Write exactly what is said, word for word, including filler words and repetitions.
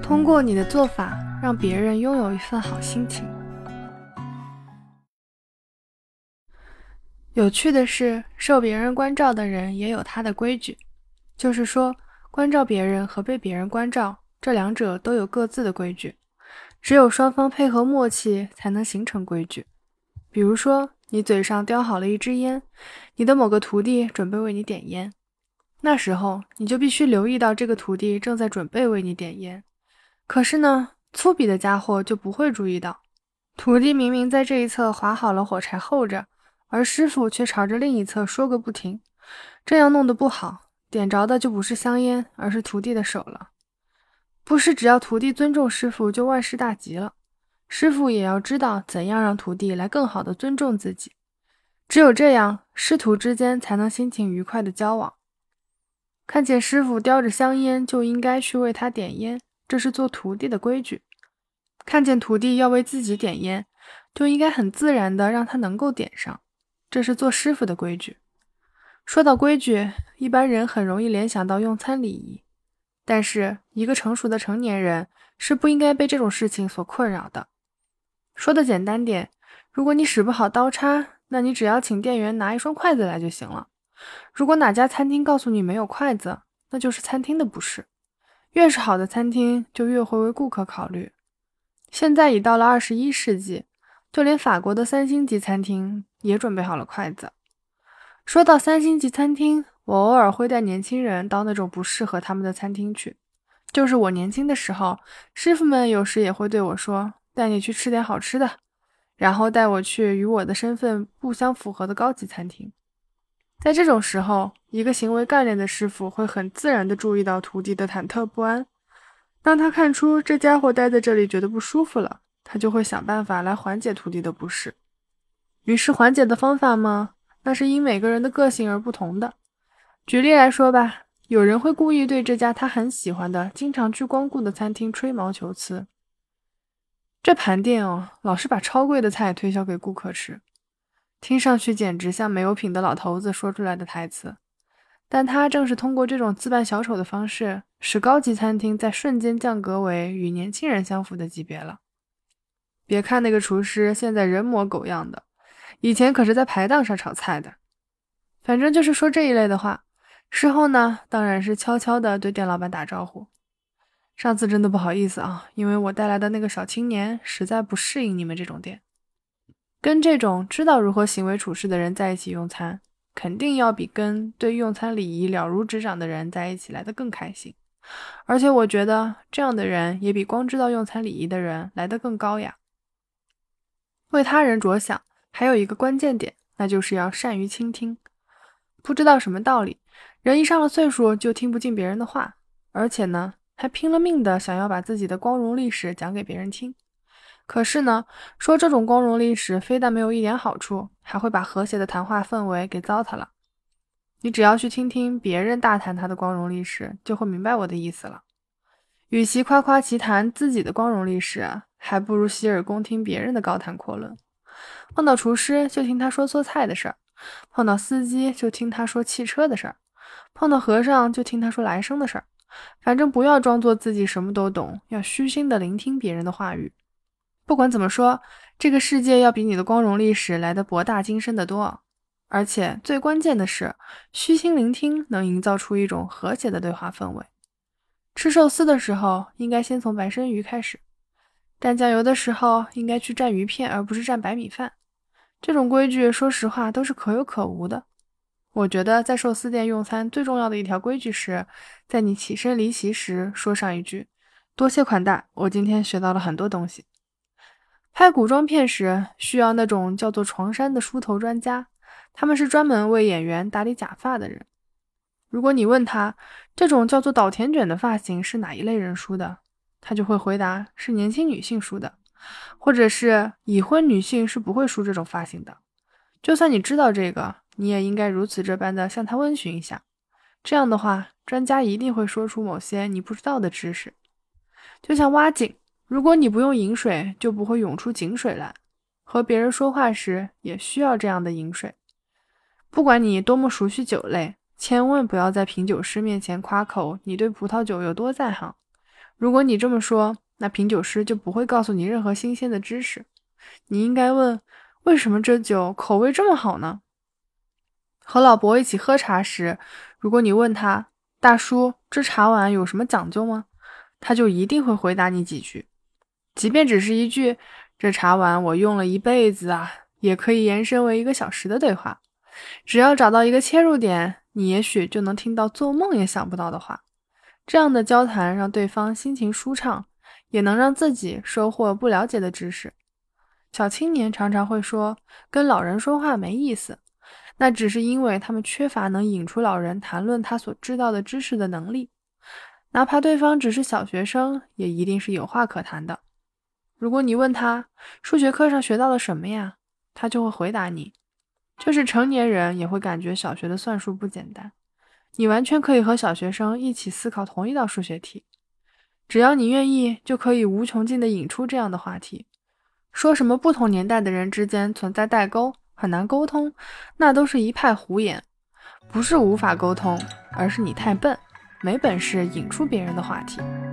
通过你的做法，让别人拥有一份好心情。有趣的是，受别人关照的人也有他的规矩，就是说，关照别人和被别人关照，这两者都有各自的规矩，只有双方配合默契，才能形成规矩。比如说，你嘴上叼好了一支烟，你的某个徒弟准备为你点烟，那时候你就必须留意到这个徒弟正在准备为你点烟。可是呢，粗鄙的家伙就不会注意到，徒弟明明在这一侧划好了火柴候着，而师傅却朝着另一侧说个不停，这样弄得不好，点着的就不是香烟，而是徒弟的手了。不是只要徒弟尊重师傅就万事大吉了，师傅也要知道怎样让徒弟来更好的尊重自己，只有这样，师徒之间才能心情愉快的交往。看见师傅叼着香烟，就应该去为他点烟，这是做徒弟的规矩。看见徒弟要为自己点烟，就应该很自然的让他能够点上，这是做师傅的规矩。说到规矩，一般人很容易联想到用餐礼仪，但是一个成熟的成年人是不应该被这种事情所困扰的。说的简单点，如果你使不好刀叉，那你只要请店员拿一双筷子来就行了。如果哪家餐厅告诉你没有筷子，那就是餐厅的不是。越是好的餐厅，就越会为顾客考虑。现在已到了二十一世纪，就连法国的三星级餐厅也准备好了筷子。说到三星级餐厅，我偶尔会带年轻人到那种不适合他们的餐厅去。就是我年轻的时候，师傅们有时也会对我说，带你去吃点好吃的，然后带我去与我的身份不相符合的高级餐厅。在这种时候，一个行为干练的师傅会很自然地注意到徒弟的忐忑不安。当他看出这家伙待在这里觉得不舒服了，他就会想办法来缓解徒弟的不适。于是缓解的方法吗？那是因每个人的个性而不同的。举例来说吧，有人会故意对这家他很喜欢的、经常去光顾的餐厅吹毛求疵。这盘店哦，老是把超贵的菜推销给顾客吃。听上去简直像没有品的老头子说出来的台词，但他正是通过这种自扮小丑的方式，使高级餐厅在瞬间降格为与年轻人相符的级别了。别看那个厨师现在人模狗样的，以前可是在排档上炒菜的。反正就是说这一类的话，事后呢，当然是悄悄地对店老板打招呼。上次真的不好意思啊，因为我带来的那个小青年实在不适应你们这种店。跟这种知道如何行为处事的人在一起用餐，肯定要比跟对用餐礼仪了如指掌的人在一起来得更开心。而且我觉得这样的人也比光知道用餐礼仪的人来得更高雅。为他人着想，还有一个关键点，那就是要善于倾听。不知道什么道理，人一上了岁数就听不进别人的话，而且呢，还拼了命的想要把自己的光荣历史讲给别人听。可是呢，说这种光荣历史非但没有一点好处，还会把和谐的谈话氛围给糟蹋了。你只要去听听别人大谈他的光荣历史，就会明白我的意思了。与其夸夸其谈自己的光荣历史啊，还不如洗耳恭听别人的高谈阔论。碰到厨师就听他说做菜的事儿，碰到司机就听他说汽车的事儿，碰到和尚就听他说来生的事儿。反正不要装作自己什么都懂，要虚心的聆听别人的话语。不管怎么说，这个世界要比你的光荣历史来得博大精深得多。而且最关键的是，虚心聆听能营造出一种和谐的对话氛围。吃寿司的时候，应该先从白生鱼开始；蘸酱油的时候，应该去蘸鱼片，而不是蘸白米饭。这种规矩，说实话都是可有可无的。我觉得在寿司店用餐最重要的一条规矩是，在你起身离席时说上一句多谢款待，我今天学到了很多东西。拍古装片时需要那种叫做床山的梳头专家，他们是专门为演员打理假发的人。如果你问他这种叫做岛田卷的发型是哪一类人梳的，他就会回答是年轻女性梳的，或者是已婚女性是不会梳这种发型的。就算你知道这个，你也应该如此这般的向他问询一下，这样的话专家一定会说出某些你不知道的知识。就像挖井，如果你不用引水，就不会涌出井水来。和别人说话时也需要这样的引水。不管你多么熟悉酒类，千万不要在品酒师面前夸口你对葡萄酒有多在行。 如果你这么说，那品酒师就不会告诉你任何新鲜的知识。你应该问，为什么这酒口味这么好呢？和老伯一起喝茶时，如果你问他，大叔，这茶碗有什么讲究吗？他就一定会回答你几句。即便只是一句，这茶碗我用了一辈子啊，也可以延伸为一个小时的对话。只要找到一个切入点，你也许就能听到做梦也想不到的话。这样的交谈让对方心情舒畅，也能让自己收获不了解的知识。小青年常常会说，跟老人说话没意思，那只是因为他们缺乏能引出老人谈论他所知道的知识的能力。哪怕对方只是小学生，也一定是有话可谈的。如果你问他，数学课上学到了什么呀？他就会回答你，就是成年人也会感觉小学的算术不简单。你完全可以和小学生一起思考同一道数学题，只要你愿意，就可以无穷尽地引出这样的话题。说什么不同年代的人之间存在代沟，很难沟通，那都是一派胡言。不是无法沟通，而是你太笨，没本事引出别人的话题。